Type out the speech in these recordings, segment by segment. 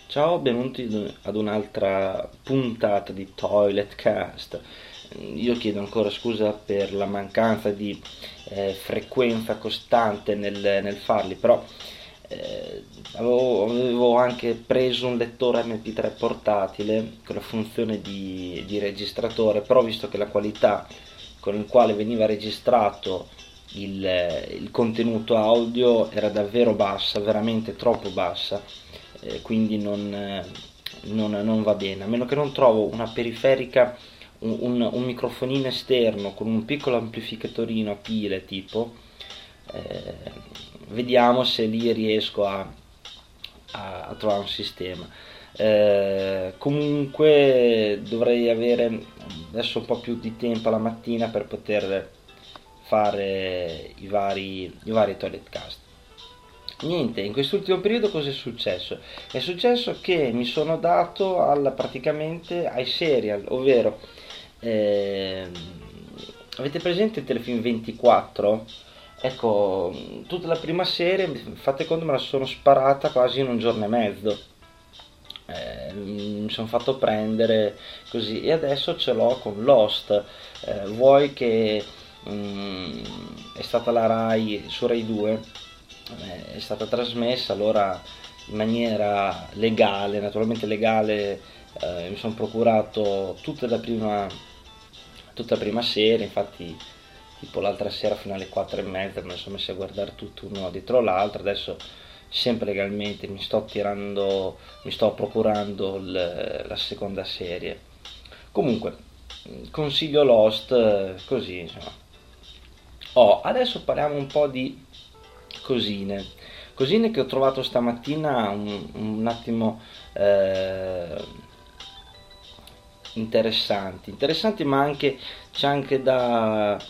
Ciao, benvenuti ad un'altra puntata di Toilet Cast. Io chiedo ancora scusa per la mancanza di frequenza costante nel farli, però avevo anche preso un lettore MP3 portatile con la funzione di registratore, però visto che la qualità con il quale veniva registrato il contenuto audio era davvero bassa, veramente troppo bassa, quindi non va bene, a meno che non trovo una periferica, un microfonino esterno con un piccolo amplificatorino a pile tipo, eh, vediamo se lì riesco a trovare un sistema. Comunque dovrei avere adesso un po' più di tempo la mattina per poter fare i vari toilet cast. Niente, in quest'ultimo periodo cosa è successo? È successo che mi sono dato praticamente ai serial, ovvero ehm, avete presente il telefilm 24? Ecco, tutta la prima serie, fate conto, me la sono sparata quasi in un giorno e mezzo. Mi sono fatto prendere così e adesso ce l'ho con Lost. Vuoi che è stata la Rai su Rai 2, è stata trasmessa allora in maniera legale, naturalmente legale. Mi sono procurato tutta la prima serie, infatti tipo l'altra sera fino alle 4 e mezza me ne sono messi a guardare tutto uno dietro l'altro. Adesso sempre legalmente mi sto procurando la seconda serie. Comunque consiglio Lost, così insomma. Adesso parliamo un po' di cosine che ho trovato stamattina un attimo interessanti, ma anche c'è anche da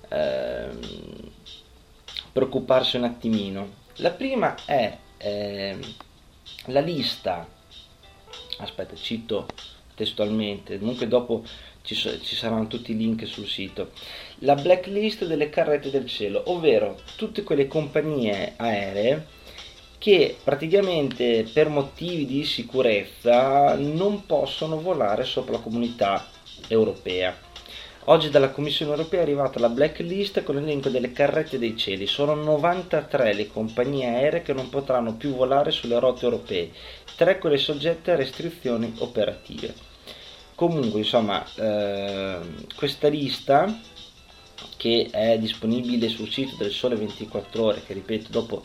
preoccuparsi un attimino. La prima è la lista, aspetta, cito testualmente, comunque dopo ci saranno tutti i link sul sito. La blacklist delle carrette del cielo, ovvero tutte quelle compagnie aeree che praticamente per motivi di sicurezza non possono volare sopra la comunità europea. Oggi dalla Commissione europea è arrivata la blacklist con l'elenco delle carrette dei cieli. Sono 93 le compagnie aeree che non potranno più volare sulle rotte europee, 3 quelle soggette a restrizioni operative. Comunque, insomma, questa lista che è disponibile sul sito del Sole 24 Ore, che ripeto, dopo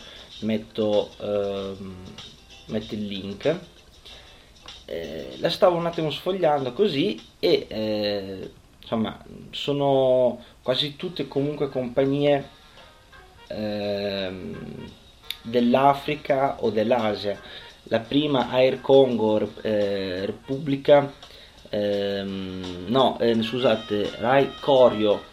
metto il link. La stavo un attimo sfogliando così e insomma sono quasi tutte comunque compagnie dell'Africa o dell'Asia. La prima Air Congo, Repubblica, no, scusate, Rai Koryo,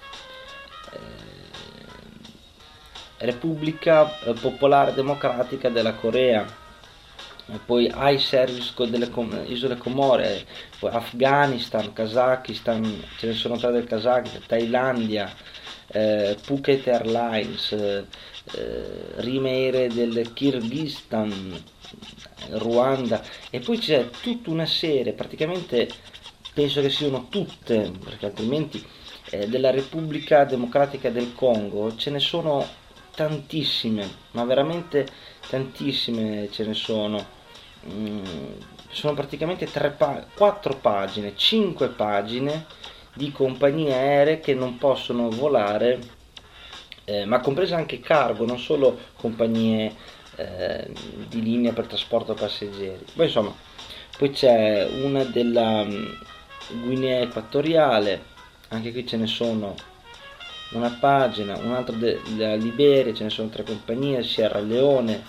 Repubblica Popolare Democratica della Corea, poi iService delle Isole Comore, poi Afghanistan, Kazakistan, ce ne sono 3 del Kazakistan, Thailandia, Phuket Airlines, Rimeire del Kirghizistan, Ruanda, e poi c'è tutta una serie, praticamente penso che siano tutte, perché altrimenti della Repubblica Democratica del Congo ce ne sono tantissime, ma veramente tantissime ce ne sono. Sono praticamente 4 pagine, 5 pagine di compagnie aeree che non possono volare, ma comprese anche cargo, non solo compagnie di linea per trasporto passeggeri. Poi insomma, poi c'è una della Guinea Equatoriale, anche qui ce ne sono una pagina, un'altra della Liberia, ce ne sono 3 compagnie, Sierra Leone,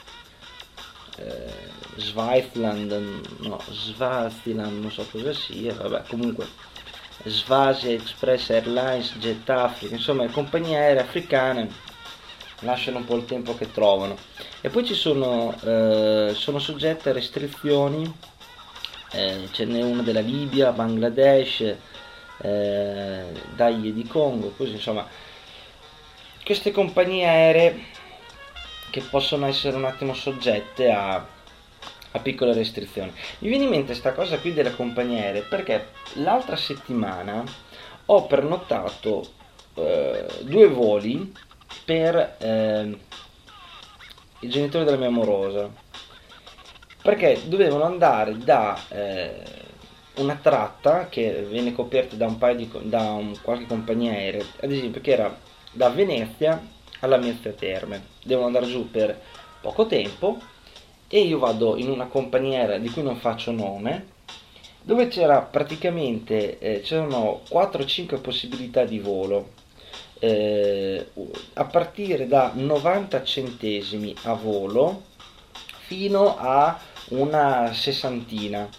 Swaziland, non so cosa sia, vabbè, comunque Svasia, Express Airlines, Jet Africa, insomma le compagnie aeree africane lasciano un po' il tempo che trovano. E poi sono soggette a restrizioni, ce n'è una della Libia, Bangladesh, Dai di Congo, così insomma queste compagnie aeree che possono essere un attimo soggette a a piccole restrizioni. Mi viene in mente sta cosa qui delle compagnie aeree perché l'altra settimana ho pernottato 2 voli per i genitori della mia amorosa, perché dovevano andare da una tratta che viene coperta da qualche compagnia aerea, ad esempio che era da Venezia alla Mestre Terme. Devono andare giù per poco tempo e io vado in una compagnia aerea di cui non faccio nome, dove c'era praticamente c'erano 4-5 possibilità di volo, a partire da 90 centesimi a volo fino a una sessantina.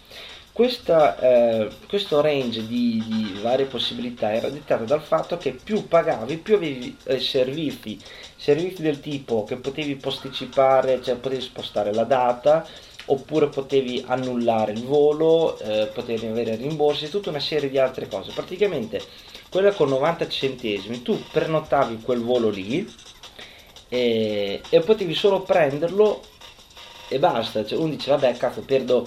Questo range di varie possibilità era dettato dal fatto che più pagavi, più avevi servizi del tipo che potevi posticipare, cioè potevi spostare la data, oppure potevi annullare il volo, potevi avere rimborsi, tutta una serie di altre cose. Praticamente quella con 90 centesimi tu prenotavi quel volo lì e potevi solo prenderlo e basta. Cioè, uno dice vabbè cazzo,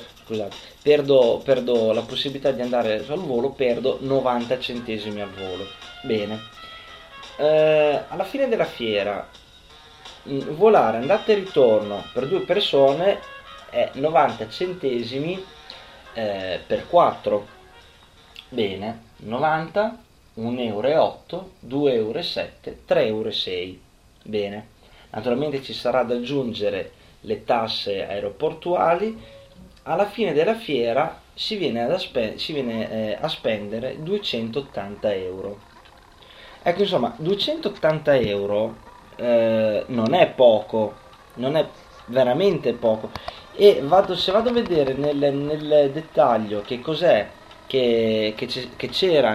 perdo la possibilità di andare sul volo, perdo 90 centesimi al volo. Bene, alla fine della fiera volare andata e ritorno per 2 persone è 90 centesimi per 4. Bene, 90, 1,08 euro, 2,07 euro, 3,06 euro. Bene, naturalmente ci sarà da aggiungere le tasse aeroportuali. Alla fine della fiera si viene a spendere 280 euro. Ecco, insomma, 280 euro non è poco, non è veramente poco. E se vado a vedere nel dettaglio che cos'è che c'era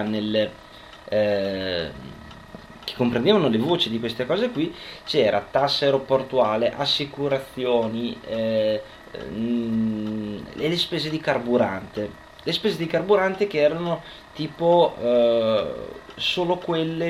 che comprendevano le voci di queste cose qui, c'era tassa aeroportuale, assicurazioni, e le spese di carburante. Le spese di carburante che erano tipo solo quelle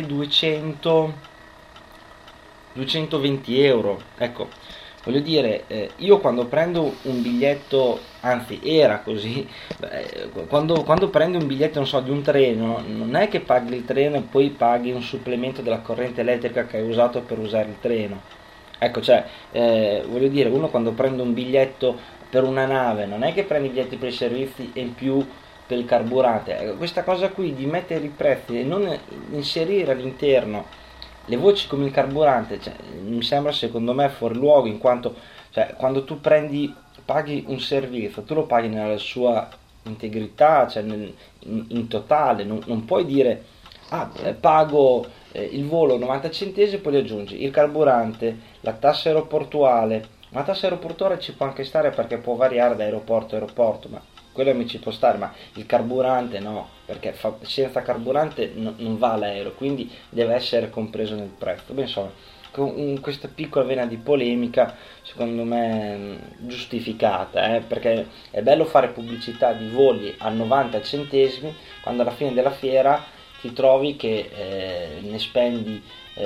220 euro. Ecco, voglio dire, io quando prendo un biglietto, anzi era così, quando prendi un biglietto, non so, di un treno, non è che paghi il treno e poi paghi un supplemento della corrente elettrica che hai usato per usare il treno. Ecco, cioè, voglio dire, uno quando prende un biglietto per una nave, non è che prendi i biglietti per i servizi e in più per il carburante. Ecco, questa cosa qui di mettere i prezzi e non inserire all'interno le voci come il carburante, cioè, mi sembra secondo me fuori luogo, in quanto cioè, quando tu paghi un servizio, tu lo paghi nella sua integrità, cioè in totale, non puoi dire pago il volo 90 centesimi, poi gli aggiungi il carburante, la tassa aeroportuale. La tassa aeroportuale ci può anche stare perché può variare da aeroporto a aeroporto, ma quello mi ci può stare, ma il carburante no, perché senza carburante non va l'aereo, quindi deve essere compreso nel prezzo. Beh, insomma, con questa piccola vena di polemica, secondo me giustificata, perché è bello fare pubblicità di voli a 90 centesimi, quando alla fine della fiera ti trovi che ne spendi,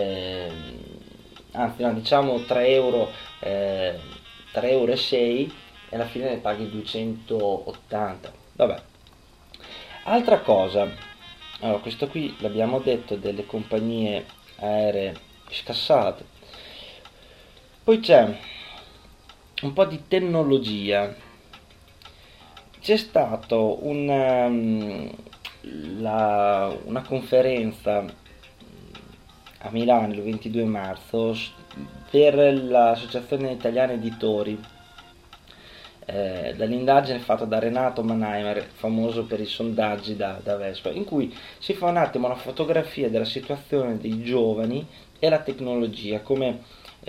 anzi no, diciamo 3 euro, 3,06 euro, e alla fine ne paghi 280. Vabbè. Altra cosa, allora questo qui l'abbiamo detto delle compagnie aeree scassate. Poi c'è un po' di tecnologia. C'è stato una conferenza a Milano il 22 marzo per l'Associazione Italiana Editori, dall'indagine fatta da Renato Mannheimer, famoso per i sondaggi da Vespa, in cui si fa un attimo una fotografia della situazione dei giovani e la tecnologia come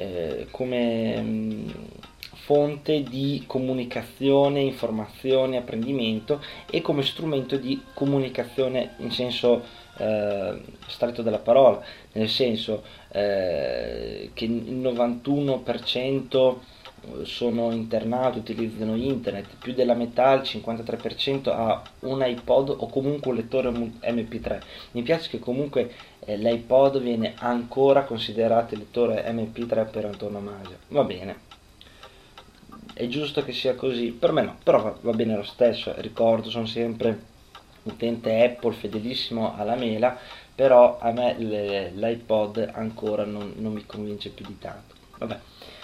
fonte di comunicazione, informazione, apprendimento e come strumento di comunicazione in senso stretto della parola, nel senso che il 91% sono internati, utilizzano internet, più della metà, il 53%, ha un iPod o comunque un lettore MP3. Mi piace che comunque l'iPod viene ancora considerato il lettore MP3 per antonomasia. Va bene, è giusto che sia così? Per me no, però va bene lo stesso, ricordo, sono sempre utente Apple, fedelissimo alla mela, però a me l'iPod ancora non mi convince più di tanto. Vabbè.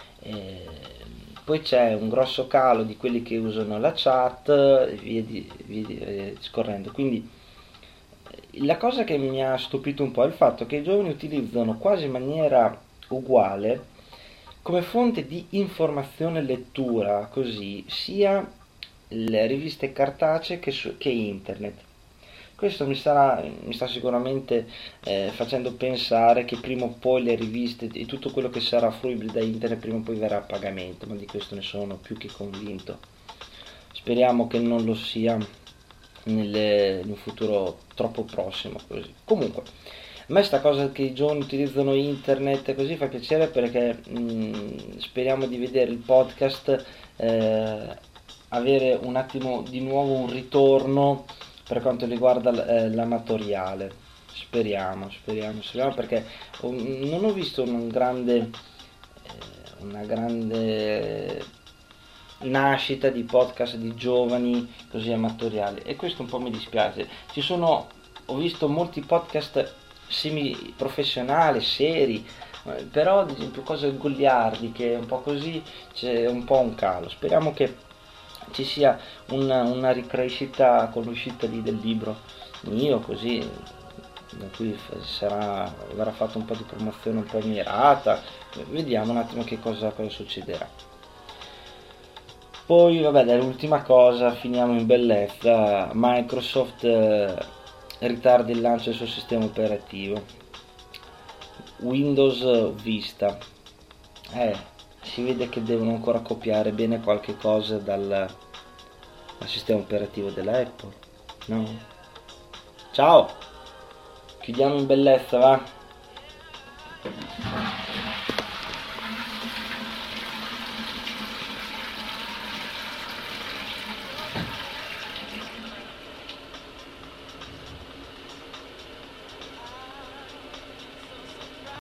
Poi c'è un grosso calo di quelli che usano la chat, via discorrendo. Quindi la cosa che mi ha stupito un po' è il fatto che i giovani utilizzano quasi in maniera uguale come fonte di informazione e lettura, così, sia le riviste cartacee che internet. Questo mi sta sicuramente facendo pensare che prima o poi le riviste e tutto quello che sarà fruibile da internet prima o poi verrà a pagamento, ma di questo ne sono più che convinto. Speriamo che non lo sia in un futuro troppo prossimo. Così. Comunque, a me sta cosa che i giovani utilizzano internet così fa piacere perché speriamo di vedere il podcast avere un attimo di nuovo un ritorno per quanto riguarda l'amatoriale. Speriamo perché non ho visto una grande nascita di podcast di giovani così amatoriali e questo un po' mi dispiace. Ho visto molti podcast semi professionali, seri, però ad esempio cose goliardi che un po' così c'è un po' un calo. Speriamo che ci sia una ricrescita con l'uscita del libro mio, così da cui verrà fatto un po' di promozione un po' mirata. Vediamo un attimo che cosa succederà. Poi vabbè, l'ultima cosa, finiamo in bellezza. Microsoft ritarda il lancio del suo sistema operativo Windows Vista. Si vede che devono ancora copiare bene qualche cosa dal sistema operativo della Apple, no? Ciao, chiudiamo in bellezza, va?